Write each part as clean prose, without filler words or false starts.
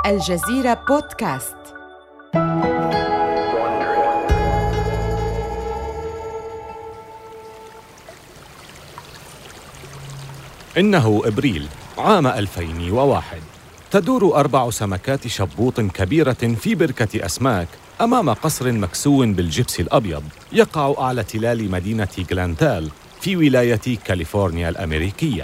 الجزيرة بودكاست. إنه إبريل عام 2001. تدور 4 سمكات شبوط كبيرة في بركة أسماك أمام قصر مكسو بالجبس الأبيض يقع أعلى تلال مدينة غلانتال في ولاية كاليفورنيا الأمريكية.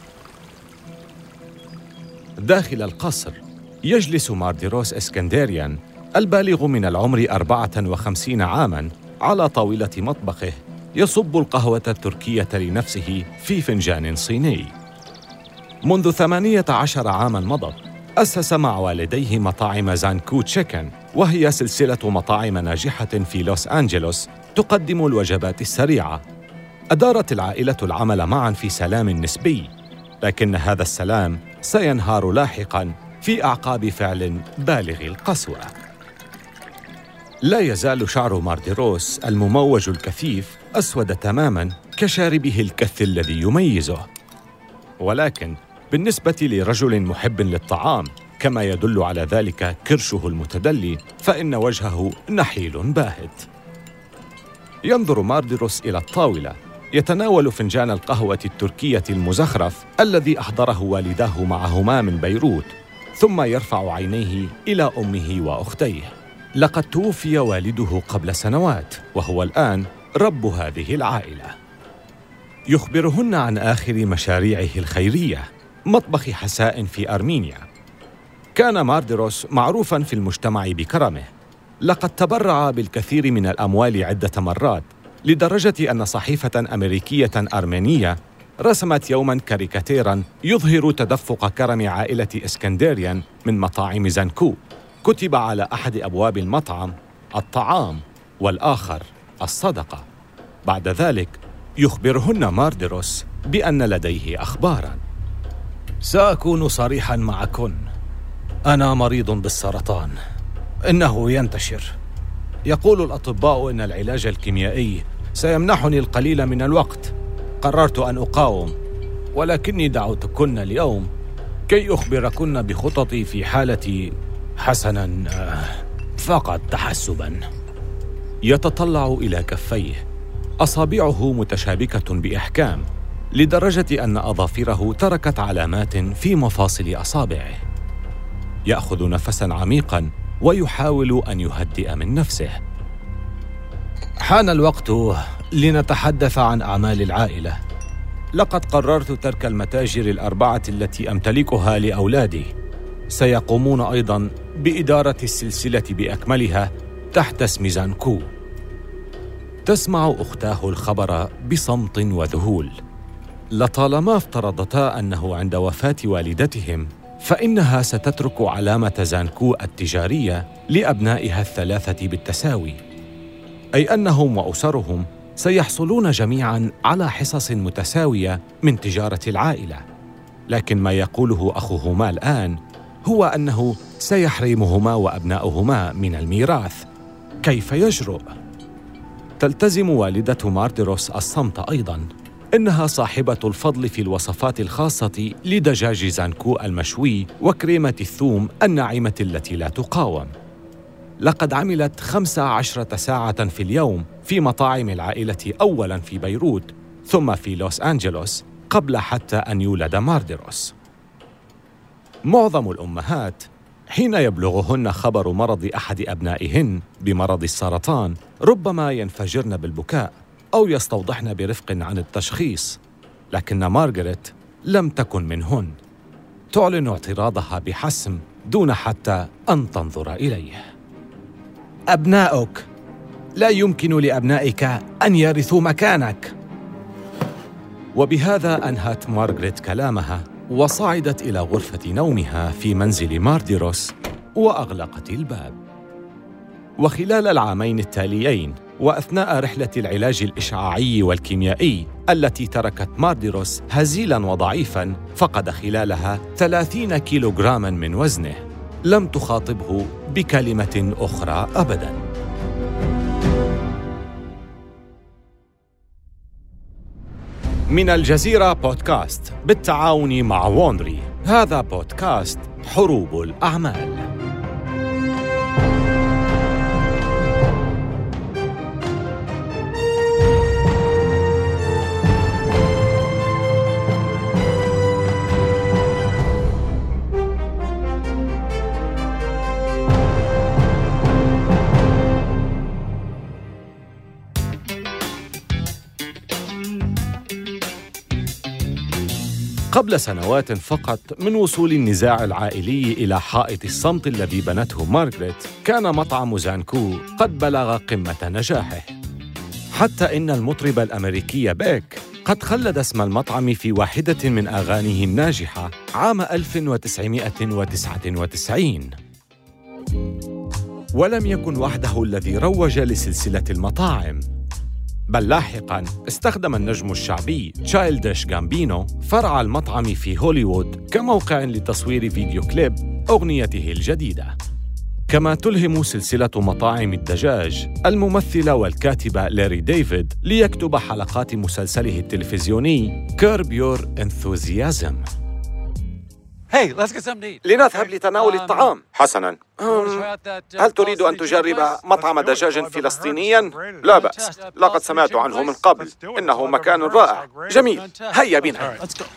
داخل القصر يجلس مارديروس إسكندريان البالغ من العمر 54 عاماً على طاولة مطبخه يصب القهوة التركية لنفسه في فنجان صيني. منذ 18 عاماً مضت أسس مع والديه مطاعم زانكو تشيكن، وهي سلسلة مطاعم ناجحة في لوس أنجلوس تقدم الوجبات السريعة. أدارت العائلة العمل معاً في سلام نسبي، لكن هذا السلام سينهار لاحقاً في أعقاب فعل بالغ القسوة. لا يزال شعر مارديروس المموج الكثيف أسود تماماً كشاربه الكث الذي يميزه، ولكن بالنسبة لرجل محب للطعام كما يدل على ذلك كرشه المتدلي فإن وجهه نحيل باهت. ينظر مارديروس إلى الطاولة يتناول فنجان القهوة التركية المزخرف الذي أحضره والداه معهما من بيروت، ثم يرفع عينيه إلى أمه وأختيه. لقد توفي والده قبل سنوات وهو الآن رب هذه العائلة. يخبرهن عن آخر مشاريعه الخيرية، مطبخ حساء في أرمينيا. كان مارديروس معروفاً في المجتمع بكرمه، لقد تبرع بالكثير من الأموال عدة مرات، لدرجة أن صحيفة أمريكية أرمينية رسمت يوماً كاريكاتيراً يظهر تدفق كرم عائلة إسكندريان من مطاعم زانكو. كتب على أحد أبواب المطعم الطعام والآخر الصدقة. بعد ذلك يخبرهن مارديروس بأن لديه أخباراً. سأكون صريحاً معكن، أنا مريض بالسرطان، إنه ينتشر. يقول الأطباء إن العلاج الكيميائي سيمنحني القليل من الوقت. قررت أن أقاوم، ولكني دعوتكن اليوم كي أخبركن بخططي في حالتي. حسناً، فقط تحسباً. يتطلع إلى كفيه، أصابعه متشابكة بإحكام لدرجة أن أظافره تركت علامات في مفاصل أصابعه. يأخذ نفساً عميقاً ويحاول أن يهدئ من نفسه. حان الوقت لنتحدث عن أعمال العائلة. لقد قررت ترك المتاجر 4 التي أمتلكها لأولادي. سيقومون أيضاً بإدارة السلسلة بأكملها تحت اسم زانكو. تسمع أختاه الخبر بصمت وذهول. لطالما افترضتا أنه عند وفاة والدتهم فإنها ستترك علامة زانكو التجارية لأبنائها 3 بالتساوي، أي أنهم وأسرهم سيحصلون جميعاً على حصص متساوية من تجارة العائلة. لكن ما يقوله أخوهما الآن هو أنه سيحرمهما وأبناؤهما من الميراث. كيف يجرؤ؟ تلتزم والدة مارديروس الصمت أيضاً. إنها صاحبة الفضل في الوصفات الخاصة لدجاج زانكو المشوي وكريمة الثوم الناعمة التي لا تقاوم. لقد عملت 15 ساعة في اليوم في مطاعم العائلة، أولاً في بيروت ثم في لوس أنجلوس، قبل حتى أن يولد مارديروس. معظم الأمهات حين يبلغهن خبر مرض أحد أبنائهن بمرض السرطان ربما ينفجرن بالبكاء أو يستوضحن برفق عن التشخيص، لكن مارغريت لم تكن منهن. تعلن اعتراضها بحسم دون حتى أن تنظر إليه. أبناؤك، لا يمكن لأبنائك أن يرثوا مكانك. وبهذا أنهت مارغريت كلامها وصعدت إلى غرفة نومها في منزل مارديروس وأغلقت الباب. وخلال العامين التاليين وأثناء رحلة العلاج الإشعاعي والكيميائي التي تركت مارديروس هزيلاً وضعيفاً، فقد خلالها 30 كيلوغراما من وزنه، لم تخاطبه بكلمة أخرى أبداً. من الجزيرة بودكاست بالتعاون مع وونري، هذا بودكاست حروب الأعمال. قبل سنوات فقط من وصول النزاع العائلي إلى حائط الصمت الذي بنته مارغريت، كان مطعم زانكو قد بلغ قمة نجاحه، حتى إن المطرب الأمريكي بيك قد خلد اسم المطعم في واحدة من أغانيه الناجحة عام 1999. ولم يكن وحده الذي روج لسلسلة المطاعم، بل لاحقاً استخدم النجم الشعبي تشايلدش غامبينو فرع المطعم في هوليوود كموقع لتصوير فيديو كليب أغنيته الجديدة. كما تلهم سلسلة مطاعم الدجاج الممثلة والكاتبة لاري ديفيد ليكتب حلقات مسلسله التلفزيوني Curb Your Enthusiasm. لنذهب لتناول الطعام. حسناً. هل تريد أن تجرب مطعم دجاج فلسطينياً؟ لا بأس، لقد سمعت عنه من قبل، إنه مكان رائع. جميل، هيا بنا.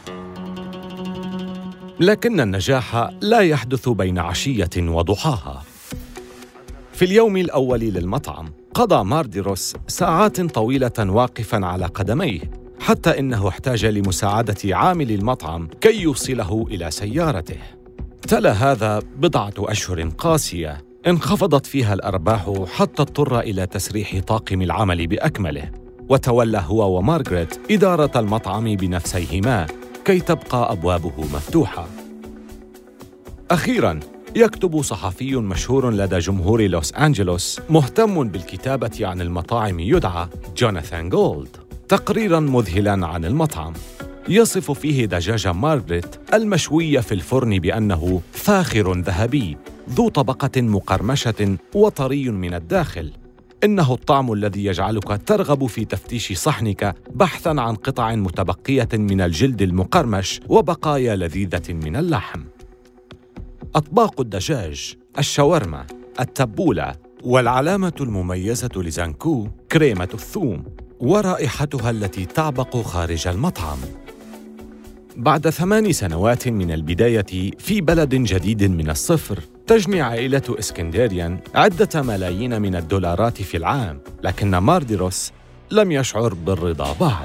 لكن النجاح لا يحدث بين عشية وضحاها. في اليوم الأول للمطعم قضى مارديروس ساعات طويلة واقفاً على قدميه، حتى إنه احتاج لمساعدة عامل المطعم كي يوصله إلى سيارته. تلا هذا بضعة أشهر قاسية انخفضت فيها الأرباح حتى اضطر إلى تسريح طاقم العمل بأكمله، وتولى هو ومارغريت إدارة المطعم بنفسيهما كي تبقى أبوابه مفتوحة. أخيراً يكتب صحفي مشهور لدى جمهور لوس أنجلوس مهتم بالكتابة عن المطاعم يدعى جوناثان جولد تقريراً مذهلاً عن المطعم، يصف فيه دجاج مارغريت المشوي في الفرن بأنه فاخر ذهبي ذو طبقة مقرمشة وطري من الداخل. إنه الطعم الذي يجعلك ترغب في تفتيش صحنك بحثاً عن قطع متبقية من الجلد المقرمش وبقايا لذيذة من اللحم. أطباق الدجاج، الشاورما، التبولة، والعلامة المميزة لزانكو كريمة الثوم ورائحتها التي تعبق خارج المطعم. بعد 8 سنوات من البداية في بلد جديد من الصفر، تجني عائلة اسكندريان عدة ملايين من الدولارات في العام، لكن مارديروس لم يشعر بالرضا بعد.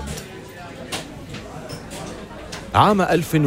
عام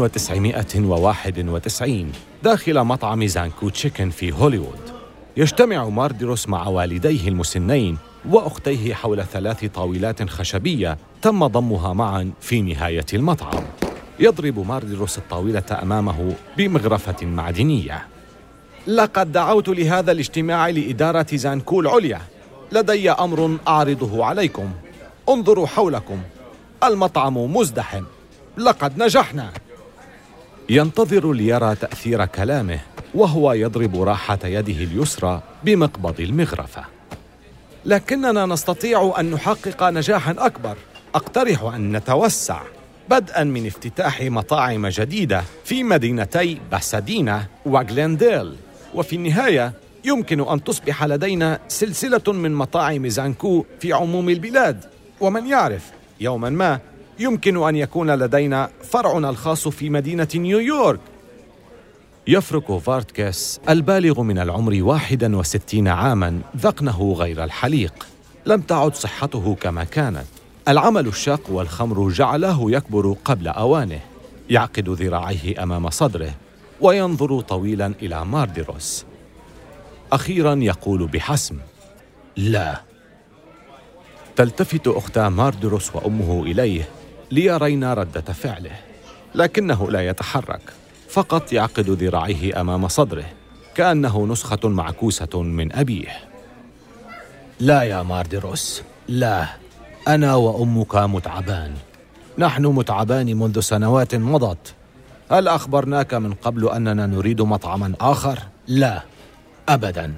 1991 داخل مطعم زانكو تشيكن في هوليوود، يجتمع مارديروس مع والديه المسنين وأختيه حول 3 طاولات خشبية تم ضمها معاً في نهاية المطعم. يضرب مارديروس الطاولة أمامه بمغرفة معدنية. لقد دعوت لهذا الاجتماع لإدارة زانكو العليا. لدي أمر أعرضه عليكم. انظروا حولكم، المطعم مزدحم. لقد نجحنا. ينتظر ليرى تأثير كلامه وهو يضرب راحة يده اليسرى بمقبض المغرفة. لكننا نستطيع أن نحقق نجاحاً أكبر. أقترح أن نتوسع بدءاً من افتتاح مطاعم جديدة في مدينتي باسادينا وغلينديل، وفي النهاية يمكن أن تصبح لدينا سلسلة من مطاعم زانكو في عموم البلاد، ومن يعرف يوماً ما يمكن أن يكون لدينا فرعنا الخاص في مدينة نيويورك. يفرك فارتكس البالغ من العمر 61 عاماً ذقنه غير الحليق. لم تعد صحته كما كانت. العمل الشاق والخمر جعلاه يكبر قبل أوانه. يعقد ذراعيه أمام صدره وينظر طويلاً إلى مارديروس. أخيراً يقول بحسم: لا. تلتفت أختا مارديروس وأمه إليه ليرينا ردة فعله، لكنه لا يتحرك، فقط يعقد ذراعيه أمام صدره كأنه نسخة معكوسة من أبيه. لا يا مارديروس، لا. أنا وأمك متعبان. نحن متعبان منذ سنوات مضت. هل أخبرناك من قبل أننا نريد مطعماً آخر؟ لا، أبداً.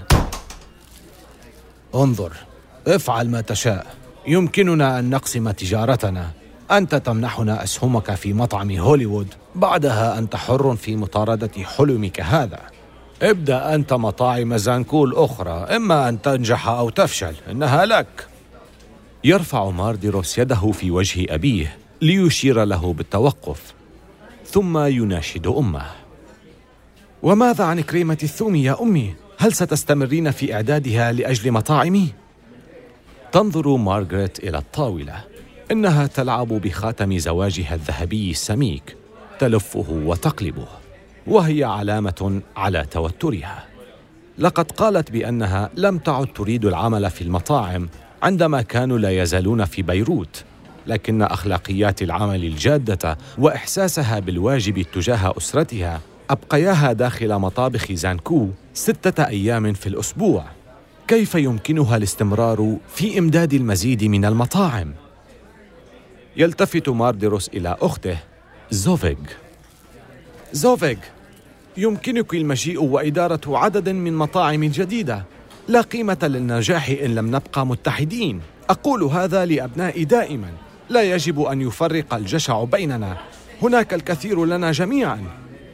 انظر، افعل ما تشاء. يمكننا أن نقسم تجارتنا. أنت تمنحنا أسهمك في مطعم هوليوود، بعدها أنت حر في مطاردة حلمك هذا. ابدأ أنت مطاعم زانكو الأخرى، إما أن تنجح أو تفشل، إنها لك. يرفع مارديروس يده في وجه أبيه ليشير له بالتوقف، ثم يناشد أمه: وماذا عن كريمة الثوم يا أمي؟ هل ستستمرين في إعدادها لأجل مطاعمي؟ تنظر مارغريت إلى الطاولة، إنها تلعب بخاتم زواجها الذهبي السميك، تلفه وتقلبه، وهي علامة على توترها. لقد قالت بأنها لم تعد تريد العمل في المطاعم عندما كانوا لا يزالون في بيروت، لكن أخلاقيات العمل الجادة وإحساسها بالواجب تجاه أسرتها أبقياها داخل مطابخ زانكو 6 أيام في الأسبوع. كيف يمكنها الاستمرار في إمداد المزيد من المطاعم؟ يلتفت مارديروس إلى أخته زوفيغ. زوفيغ، يمكنك المجيء وإدارة عدد من مطاعم جديدة. لا قيمة للنجاح إن لم نبقى متحدين. أقول هذا لأبنائي دائما، لا يجب أن يفرق الجشع بيننا، هناك الكثير لنا جميعا.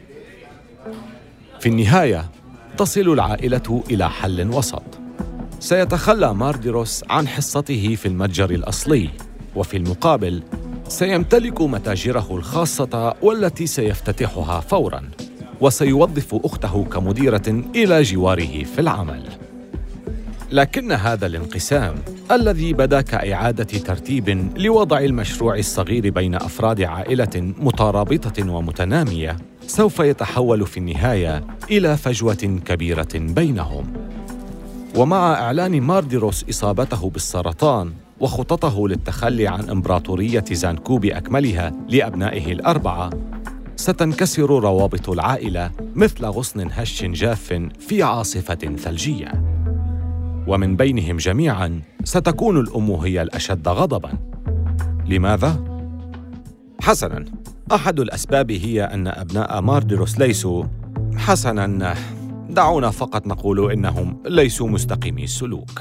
في النهاية تصل العائلة إلى حل وسط. سيتخلى مارديروس عن حصته في المتجر الأصلي، وفي المقابل سيمتلك متاجره الخاصة والتي سيفتتحها فوراً، وسيوظف أخته كمديرة إلى جواره في العمل. لكن هذا الانقسام الذي بدا كإعادة ترتيب لوضع المشروع الصغير بين أفراد عائلة مترابطة ومتنامية سوف يتحول في النهاية إلى فجوة كبيرة بينهم. ومع إعلان مارديروس إصابته بالسرطان وخططه للتخلي عن إمبراطورية زانكو بأكملها لأبنائه ال4، ستنكسر روابط العائلة مثل غصن هش جاف في عاصفة ثلجية. ومن بينهم جميعاً ستكون الأم هي الأشد غضباً. لماذا؟ حسناً، أحد الأسباب هي أن أبناء مارديروس ليسوا حسناً، دعونا فقط نقول إنهم ليسوا مستقيمي السلوك.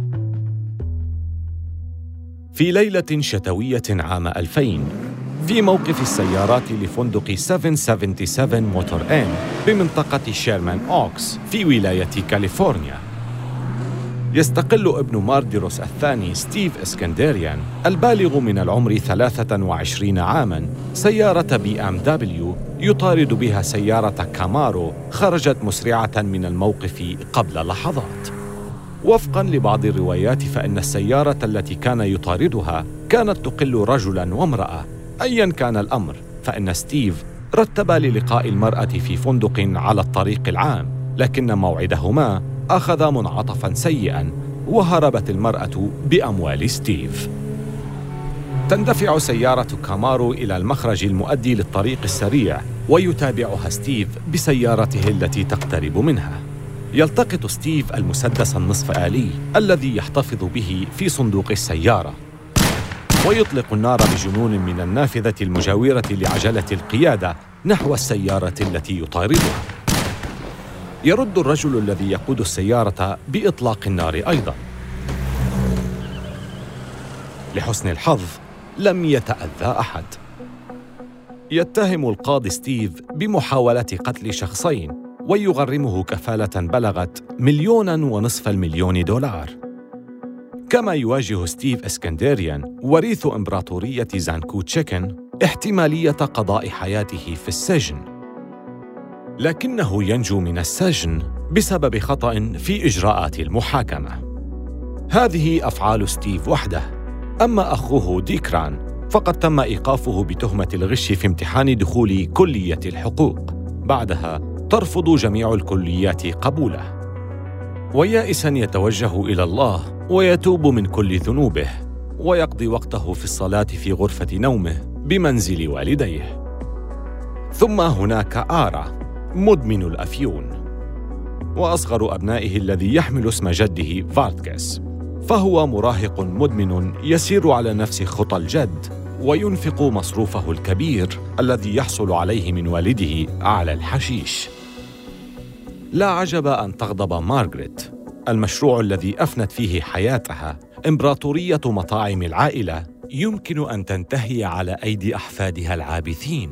في ليلة شتوية عام 2000 في موقف السيارات لفندق 777 موتور إن بمنطقة شيرمان أوكس في ولاية كاليفورنيا، يستقل ابن مارديروس الثاني ستيف اسكندريان البالغ من العمر 23 عاماً سيارة BMW يطارد بها سيارة كامارو خرجت مسرعة من الموقف قبل لحظات. وفقاً لبعض الروايات فإن السيارة التي كان يطاردها كانت تقل رجلاً وامرأة. أياً كان الأمر، فإن ستيف رتب للقاء المرأة في فندق على الطريق العام، لكن موعدهما أخذ منعطفاً سيئاً وهربت المرأة بأموال ستيف. تندفع سيارة كامارو إلى المخرج المؤدي للطريق السريع، ويتابعها ستيف بسيارته التي تقترب منها. يلتقط ستيف المسدس النصف آلي الذي يحتفظ به في صندوق السيارة، ويطلق النار بجنون من النافذة المجاورة لعجلة القيادة نحو السيارة التي يطاردها. يرد الرجل الذي يقود السيارة بإطلاق النار أيضاً. لحسن الحظ لم يتأذى أحد. يتهم القاضي ستيف بمحاولة قتل شخصين ويغرمه كفالة بلغت $1.5 مليون. كما يواجه ستيف اسكندريان وريث إمبراطورية زانكو تشيكن احتمالية قضاء حياته في السجن، لكنه ينجو من السجن بسبب خطأ في إجراءات المحاكمة. هذه أفعال ستيف وحده. أما أخوه ديكران فقد تم إيقافه بتهمة الغش في امتحان دخول كلية الحقوق، بعدها ترفض جميع الكليات قبوله. ويائساً يتوجه إلى الله ويتوب من كل ذنوبه، ويقضي وقته في الصلاة في غرفة نومه بمنزل والديه. ثم هناك آرا مدمن الأفيون، وأصغر أبنائه الذي يحمل اسم جده فارتكس، فهو مراهق مدمن يسير على نفس خطى الجد وينفق مصروفه الكبير الذي يحصل عليه من والده على الحشيش. لا عجب أن تغضب مارغريت. المشروع الذي أفنت فيه حياتها، إمبراطورية مطاعم العائلة، يمكن أن تنتهي على أيدي أحفادها العابثين.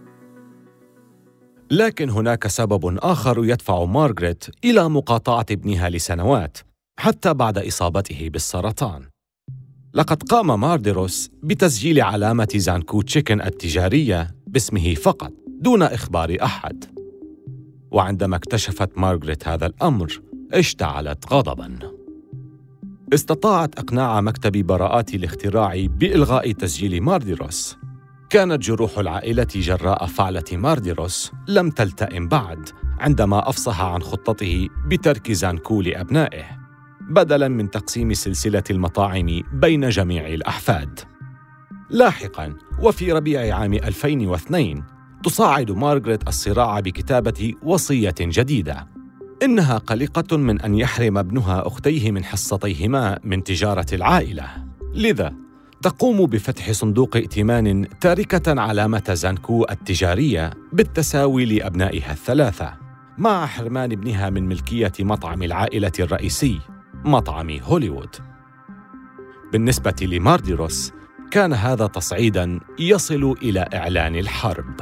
لكن هناك سبب آخر يدفع مارغريت إلى مقاطعة ابنها لسنوات حتى بعد إصابته بالسرطان. لقد قام مارديروس بتسجيل علامة زانكو تشيكن التجارية باسمه فقط دون إخبار أحد. وعندما اكتشفت مارغريت هذا الأمر اشتعلت غضباً. استطاعت إقناع مكتب براءات الاختراع بإلغاء تسجيل مارديروس. كانت جروح العائلة جراء فعلة مارديروس لم تلتئم بعد عندما أفصح عن خطته بترك زانكو لأبنائه بدلاً من تقسيم سلسلة المطاعم بين جميع الأحفاد. لاحقاً وفي ربيع عام 2002 تصاعد مارغريت الصراع بكتابة وصية جديدة. إنها قلقة من أن يحرم ابنها أختيه من حصتيهما من تجارة العائلة، لذا تقوم بفتح صندوق ائتمان تاركة علامة زانكو التجارية بالتساوي لأبنائها الثلاثة، مع حرمان ابنها من ملكية مطعم العائلة الرئيسي مطعم هوليوود. بالنسبة لمارديروس كان هذا تصعيداً يصل إلى إعلان الحرب.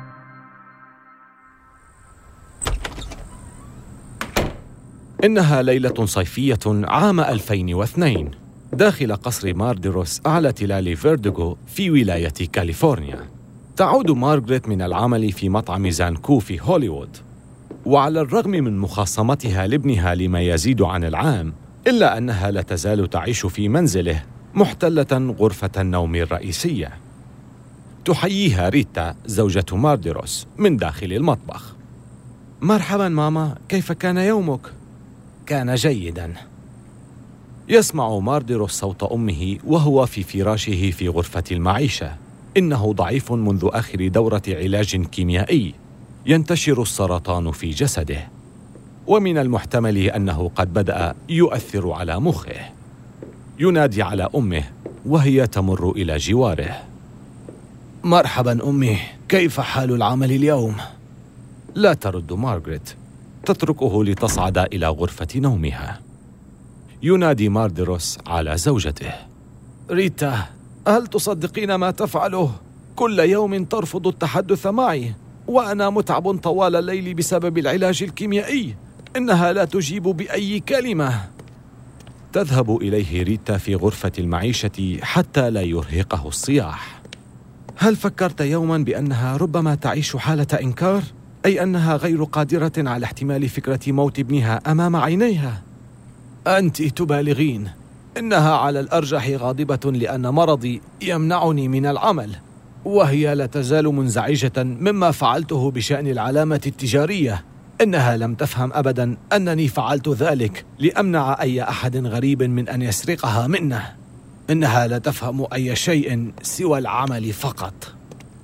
إنها ليلة صيفية عام 2002 داخل قصر مارديروس على تلال فيردوغو في ولاية كاليفورنيا. تعود مارغريت من العمل في مطعم زانكو في هوليوود، وعلى الرغم من مخاصمتها لابنها لما يزيد عن العام إلا أنها لا تزال تعيش في منزله محتلة غرفة النوم الرئيسية. تحييها ريتا زوجة مارديروس من داخل المطبخ. مرحبا ماما، كيف كان يومك؟ كان جيداً. يسمع مارديروس صوت أمه وهو في فراشه في غرفة المعيشة. إنه ضعيف منذ آخر دورة علاج كيميائي. ينتشر السرطان في جسده، ومن المحتمل أنه قد بدأ يؤثر على مخه. ينادي على أمه وهي تمر إلى جواره. مرحبا أمي، كيف حال العمل اليوم؟ لا ترد مارغريت، تتركه لتصعد إلى غرفة نومها. ينادي مارديروس على زوجته. ريتا، هل تصدقين ما تفعله؟ كل يوم ترفض التحدث معي، وأنا متعب طوال الليل بسبب العلاج الكيميائي. إنها لا تجيب بأي كلمة. تذهب إليه ريتا في غرفة المعيشة حتى لا يرهقه الصياح. هل فكرت يوما بأنها ربما تعيش حالة إنكار؟ أي أنها غير قادرة على احتمال فكرة موت ابنها أمام عينيها؟ أنت تبالغين. إنها على الأرجح غاضبة لأن مرضي يمنعني من العمل، وهي لا تزال منزعجة مما فعلته بشأن العلامة التجارية. إنها لم تفهم أبدا أنني فعلت ذلك لأمنع أي أحد غريب من أن يسرقها منه. إنها لا تفهم أي شيء سوى العمل فقط.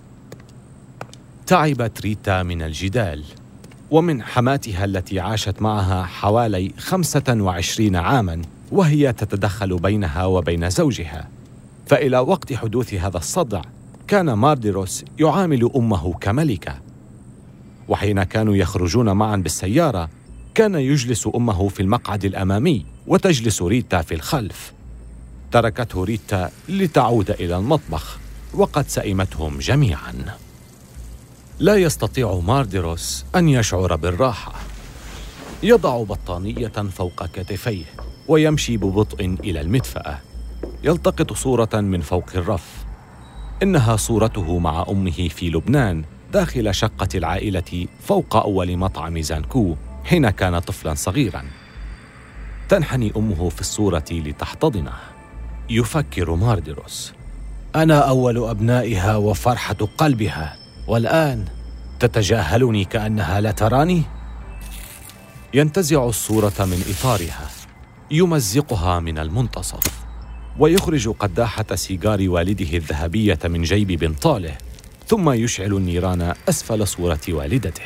تعبت ريتا من الجدال ومن حماتها التي عاشت معها حوالي 25 عاماً وهي تتدخل بينها وبين زوجها. فإلى وقت حدوث هذا الصدع كان مارديروس يعامل أمه كملكة، وحين كانوا يخرجون معاً بالسيارة كان يجلس أمه في المقعد الأمامي وتجلس ريتا في الخلف. تركته ريتا لتعود إلى المطبخ وقد سئمتهم جميعاً. لا يستطيع مارديروس أن يشعر بالراحة. يضع بطانية فوق كتفيه ويمشي ببطء إلى المدفأة. يلتقط صورة من فوق الرف. إنها صورته مع أمه في لبنان داخل شقة العائلة فوق أول مطعم زانكو حين كان طفلاً صغيراً. تنحني أمه في الصورة لتحتضنه. يفكر مارديروس: أنا أول أبنائها وفرحة قلبها، والآن تتجاهلني كأنها لا تراني؟ ينتزع الصورة من إطارها، يمزقها من المنتصف، ويخرج قداحة سيجار والده الذهبية من جيب بنطاله، ثم يشعل النيران أسفل صورة والدته.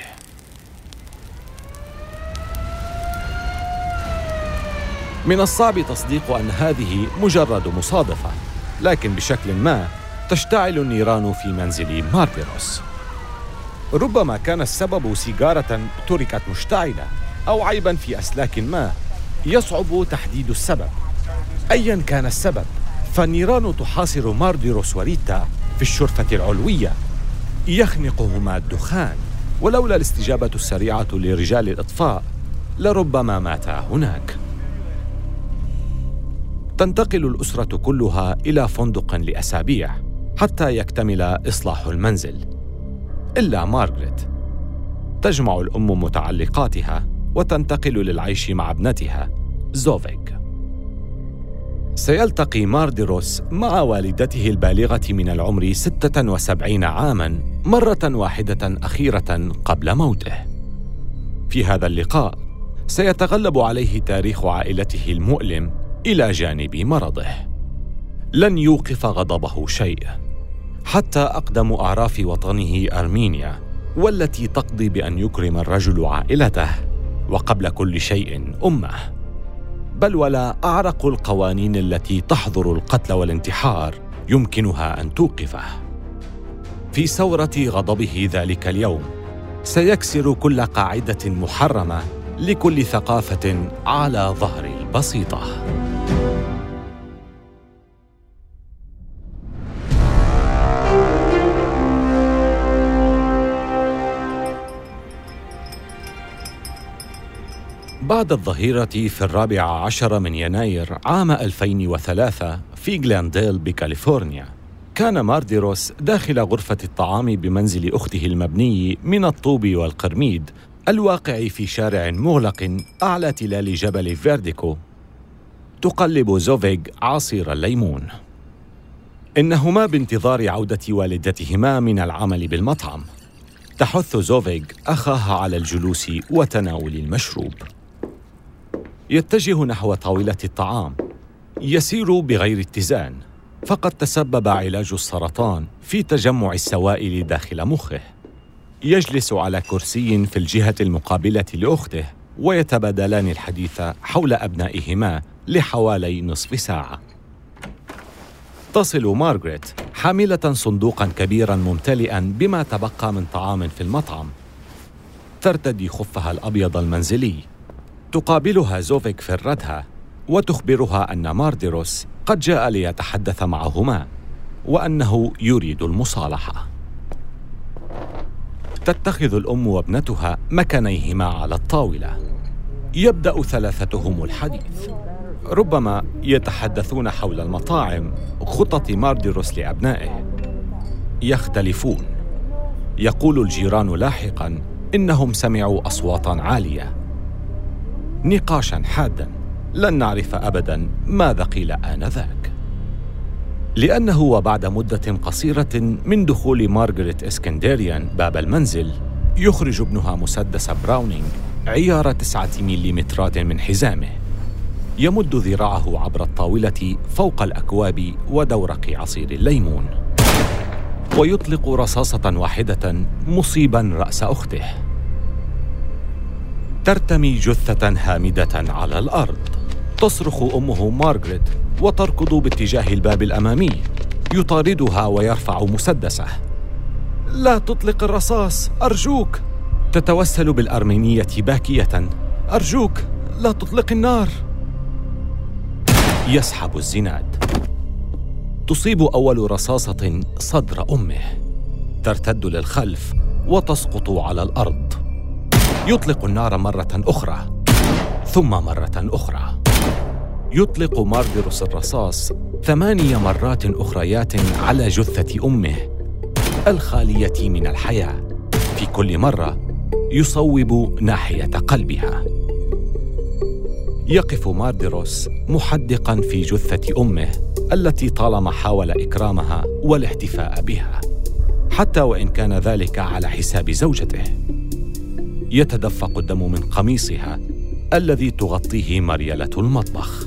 من الصعب تصديق أن هذه مجرد مصادفة، لكن بشكل ما تشتعل النيران في منزل مارديروس. ربما كان السبب سيجارة تركت مشتعلة أو عيباً في أسلاك ما. يصعب تحديد السبب. أياً كان السبب، فالنيران تحاصر مارديروس وريتا في الشرفة العلوية. يخنقهما الدخان، ولولا الاستجابة السريعة لرجال الإطفاء لربما ماتا هناك. تنتقل الأسرة كلها إلى فندق لأسابيع حتى يكتمل إصلاح المنزل، إلا مارغريت. تجمع الأم متعلقاتها وتنتقل للعيش مع ابنتها زوفيغ. سيلتقي مارديروس مع والدته البالغة من العمر 76 عاماً مرة واحدة أخيرة قبل موته. في هذا اللقاء سيتغلب عليه تاريخ عائلته المؤلم إلى جانب مرضه. لن يوقف غضبه شيء، حتى أقدم أعراف وطنه أرمينيا، والتي تقضي بأن يكرم الرجل عائلته وقبل كل شيء أمه، بل ولا أعرق القوانين التي تحظر القتل والانتحار يمكنها أن توقفه. في ثورة غضبه ذلك اليوم سيكسر كل قاعدة محرمة لكل ثقافة على ظهر البسيطة. بعد الظهيرة في 14 من يناير عام 2003 في غلينديل بكاليفورنيا، كان مارديروس داخل غرفة الطعام بمنزل أخته المبني من الطوب والقرميد الواقع في شارع مغلق أعلى تلال جبل فيرديكو. تقلب زوفيغ عصير الليمون. إنهما بانتظار عودة والدتهما من العمل بالمطعم. تحث زوفيغ أخاها على الجلوس وتناول المشروب. يتجه نحو طاولة الطعام، يسير بغير اتزان، فقد تسبب علاج السرطان في تجمع السوائل داخل مخه. يجلس على كرسي في الجهة المقابلة لأخته، ويتبادلان الحديث حول أبنائهما لحوالي نصف ساعة. تصل مارغريت حاملة صندوقاً كبيراً ممتلئاً بما تبقى من طعام في المطعم. ترتدي خفها الأبيض المنزلي. تقابلها زوفيغ في الردهة وتخبرها أن مارديروس قد جاء ليتحدث معهما وأنه يريد المصالحة. تتخذ الأم وابنتها مكانيهما على الطاولة. يبدأ ثلاثتهم الحديث. ربما يتحدثون حول المطاعم، خطط مارديروس لأبنائه. يختلفون. يقول الجيران لاحقاً إنهم سمعوا أصواتاً عالية. نقاشاً حاداً لن نعرف أبداً ماذا قيل آنذاك. لأنه وبعد مدة قصيرة من دخول مارغريت اسكندريان باب المنزل، يخرج ابنها مسدس براونينغ عيار 9 ملم من حزامه. يمد ذراعه عبر الطاولة فوق الأكواب ودورق عصير الليمون، ويطلق رصاصة واحدة مصيباً رأس أخته. ترتمي جثة هامدة على الأرض. تصرخ أمه مارغريت وتركض باتجاه الباب الأمامي. يطاردها ويرفع مسدسه. لا تطلق الرصاص أرجوك. تتوسل بالأرمينية باكية. أرجوك لا تطلق النار. يسحب الزناد. تصيب أول رصاصة صدر أمه. ترتد للخلف وتسقط على الأرض. يطلق النار مرة أخرى، ثم مرة أخرى. يطلق مارديروس الرصاص 8 مرات أخريات على جثة أمه الخالية من الحياة. في كل مرة يصوب ناحية قلبها. يقف مارديروس محدقاً في جثة أمه التي طالما حاول إكرامها والاحتفاء بها، حتى وإن كان ذلك على حساب زوجته. يتدفق الدم من قميصها الذي تغطيه مريلة المطبخ.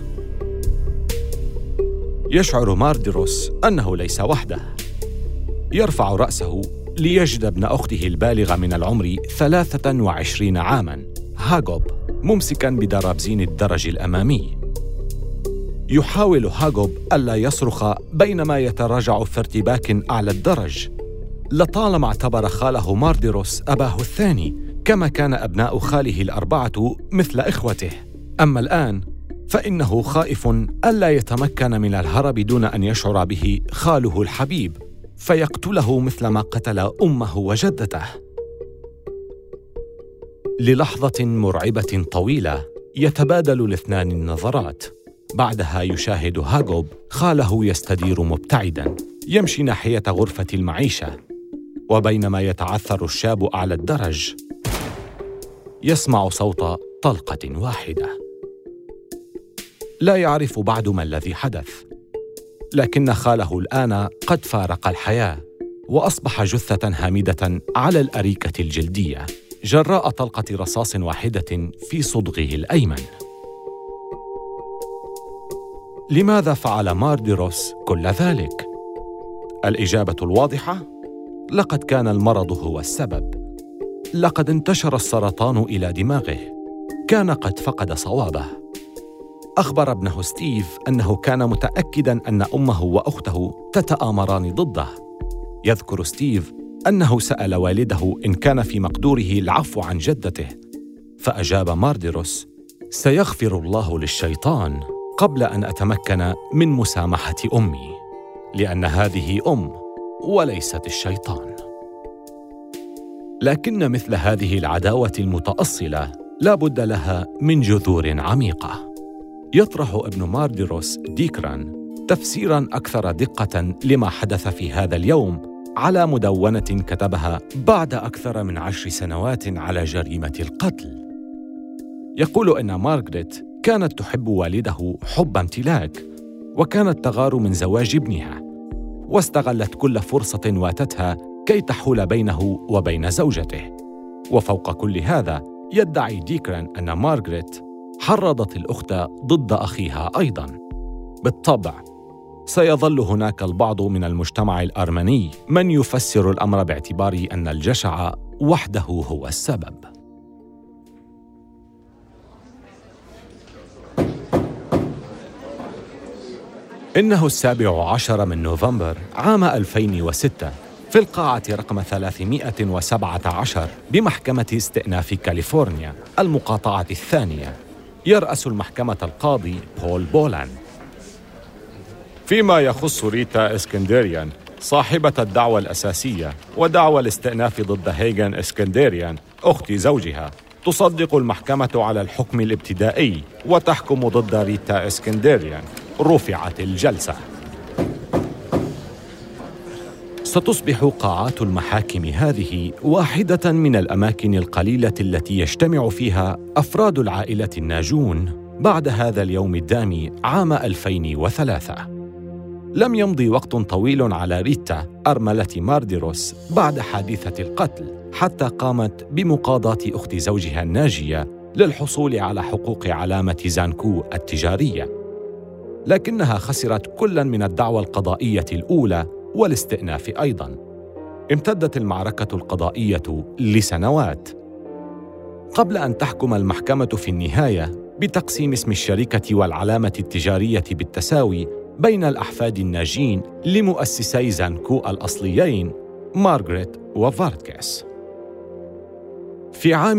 يشعر مارديروس أنه ليس وحده. يرفع رأسه ليجد ابن أخته البالغ من العمر 23 عاماً هاغوب ممسكاً بدرابزين الدرج الأمامي. يحاول هاغوب ألا يصرخ بينما يتراجع في ارتباك أعلى الدرج. لطالما اعتبر خاله مارديروس أباه الثاني، كما كان أبناء خاله الأربعة مثل إخوته. أما الآن فإنه خائف ألا يتمكن من الهرب دون أن يشعر به خاله الحبيب فيقتله مثلما قتل أمه وجدته. للحظة مرعبة طويلة يتبادل الاثنان النظرات، بعدها يشاهد هاغوب خاله يستدير مبتعداً يمشي ناحية غرفة المعيشة، وبينما يتعثر الشاب أعلى الدرج يسمع صوت طلقة واحدة. لا يعرف بعد ما الذي حدث، لكن خاله الآن قد فارق الحياة وأصبح جثة هامدة على الأريكة الجلدية جراء طلقة رصاص واحدة في صدغه الأيمن. لماذا فعل مارديروس كل ذلك؟ الإجابة الواضحة: لقد كان المرض هو السبب. لقد انتشر السرطان إلى دماغه، كان قد فقد صوابه. أخبر ابنه ستيف أنه كان متأكداً أن أمه وأخته تتآمران ضده. يذكر ستيف أنه سأل والده إن كان في مقدوره العفو عن جدته، فأجاب مارديروس: سيغفر الله للشيطان قبل أن أتمكن من مسامحة أمي، لأن هذه أم وليست الشيطان. لكن مثل هذه العداوة المتأصلة لا بد لها من جذور عميقة. يطرح ابن مارديروس ديكران تفسيراً أكثر دقة لما حدث في هذا اليوم على مدونة كتبها بعد أكثر من 10 سنوات على جريمة القتل. يقول إن مارغريت كانت تحب والده حب امتلاك، وكانت تغار من زواج ابنها، واستغلت كل فرصة واتتها كي تحول بينه وبين زوجته. وفوق كل هذا يدعي ديكران أن مارغريت حرضت الأخت ضد أخيها أيضاً. بالطبع سيظل هناك البعض من المجتمع الأرمني من يفسر الأمر باعتبار أن الجشع وحده هو السبب. إنه 17 من نوفمبر عام 2006 في القاعة رقم 317 بمحكمة استئناف كاليفورنيا المقاطعة الثانية. يرأس المحكمة القاضي بول بولان. فيما يخص ريتا اسكندريان صاحبة الدعوة الأساسية ودعوى الاستئناف ضد هيغان اسكندريان أخت زوجها، تصدق المحكمة على الحكم الابتدائي وتحكم ضد ريتا اسكندريان. رفعت الجلسة. ستصبح قاعات المحاكم هذه واحدة من الأماكن القليلة التي يجتمع فيها أفراد العائلة الناجون بعد هذا اليوم الدامي عام 2003. لم يمضي وقت طويل على ريتا أرملة مارديروس بعد حادثة القتل حتى قامت بمقاضاة أخت زوجها الناجية للحصول على حقوق علامة زانكو التجارية، لكنها خسرت كلاً من الدعوى القضائية الأولى والاستئناف أيضاً. امتدت المعركة القضائية لسنوات قبل أن تحكم المحكمة في النهاية بتقسيم اسم الشركة والعلامة التجارية بالتساوي بين الأحفاد الناجين لمؤسسي زانكو الأصليين مارغريت وفارتكاس. في عام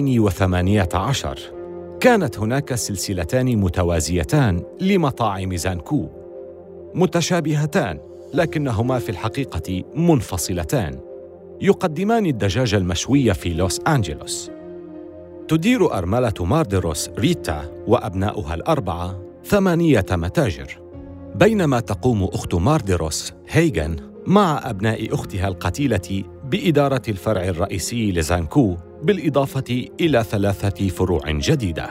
2018 كانت هناك سلسلتان متوازيتان لمطاعم زانكو متشابهتان لكنهما في الحقيقة منفصلتان، يقدمان الدجاج المشوي في لوس أنجلوس. تدير أرملة مارديروس ريتا وأبناؤها الأربعة 8 متاجر، بينما تقوم أخت مارديروس هيغان مع أبناء أختها القتيلة بإدارة الفرع الرئيسي لزانكو بالإضافة إلى 3 فروع جديدة.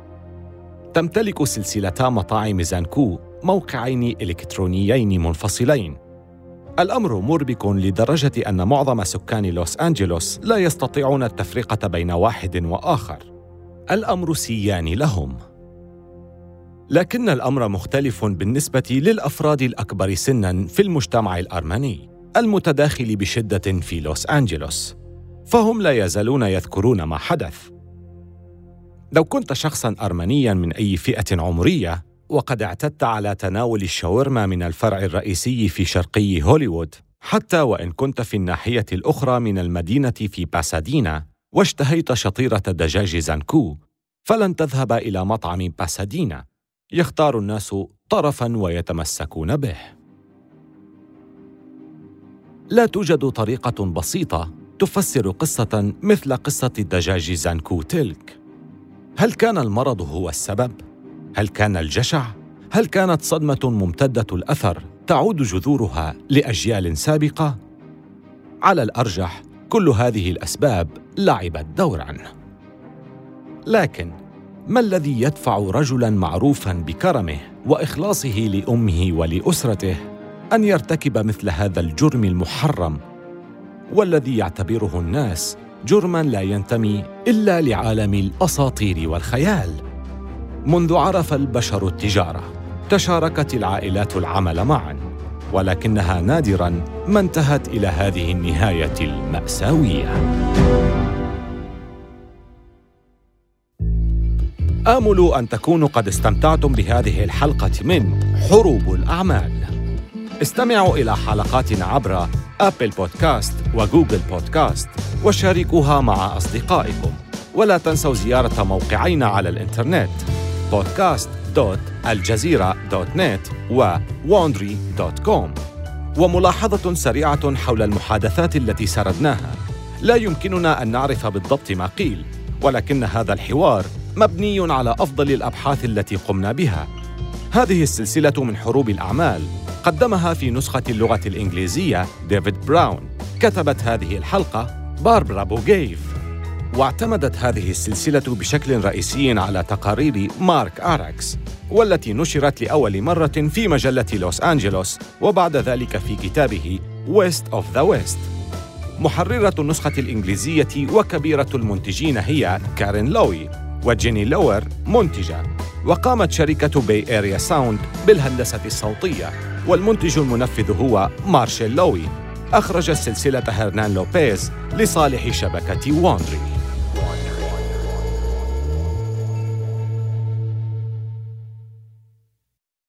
تمتلك سلسلتا مطاعم زانكو موقعين إلكترونيين منفصلين. الأمر مربك لدرجة أن معظم سكان لوس أنجلوس لا يستطيعون التفرقة بين واحد وآخر. الأمر سيان لهم. لكن الأمر مختلف بالنسبة للأفراد الأكبر سناً في المجتمع الأرمني المتداخل بشدة في لوس أنجلوس، فهم لا يزالون يذكرون ما حدث. لو كنت شخصاً أرمنياً من أي فئة عمرية وقد اعتدت على تناول الشاورما من الفرع الرئيسي في شرقي هوليوود، حتى وإن كنت في الناحية الأخرى من المدينة في باسادينا واشتهيت شطيرة دجاج زانكو، فلن تذهب إلى مطعم باسادينا يختار الناس طرفاً ويتمسكون به. لا توجد طريقة بسيطة تفسر قصة مثل قصة الدجاج زانكو تلك. هل كان المرض هو السبب؟ هل كان الجشع؟ هل كانت صدمة ممتدة الأثر تعود جذورها لأجيال سابقة؟ على الأرجح كل هذه الأسباب لعبت دوراً. لكن ما الذي يدفع رجلاً معروفاً بكرمه وإخلاصه لأمه ولأسرته أن يرتكب مثل هذا الجرم المحرم، والذي يعتبره الناس جرماً لا ينتمي إلا لعالم الأساطير والخيال؟ منذ عرف البشر التجارة، تشاركت العائلات العمل معاً، ولكنها نادراً ما انتهت إلى هذه النهاية المأساوية. آمل أن تكونوا قد استمتعتم بهذه الحلقة من حروب الأعمال. استمعوا إلى حلقاتنا عبر أبل بودكاست وجوجل بودكاست وشاركوها مع أصدقائكم، ولا تنسوا زيارة موقعينا على الإنترنت podcast.aljazeera.net و wandry.com. وملاحظة سريعة حول المحادثات التي سردناها: لا يمكننا أن نعرف بالضبط ما قيل، ولكن هذا الحوار مبني على أفضل الأبحاث التي قمنا بها. هذه السلسلة من حروب الأعمال قدمها في نسخة اللغة الإنجليزية ديفيد براون. كتبت هذه الحلقة باربرا بوغيف، واعتمدت هذه السلسلة بشكل رئيسي على تقارير مارك آراكس، والتي نشرت لأول مرة في مجلة لوس أنجلوس، وبعد ذلك في كتابه West of the West. محررة النسخة الإنجليزية وكبيرة المنتجين هي كارين لوي، وجيني لوير منتجة. وقامت شركة باي إيريا ساوند بالهندسة الصوتية، والمنتج المنفذ هو مارشيل لوي. أخرج السلسلة هرنان لوبيز لصالح شبكة واندري.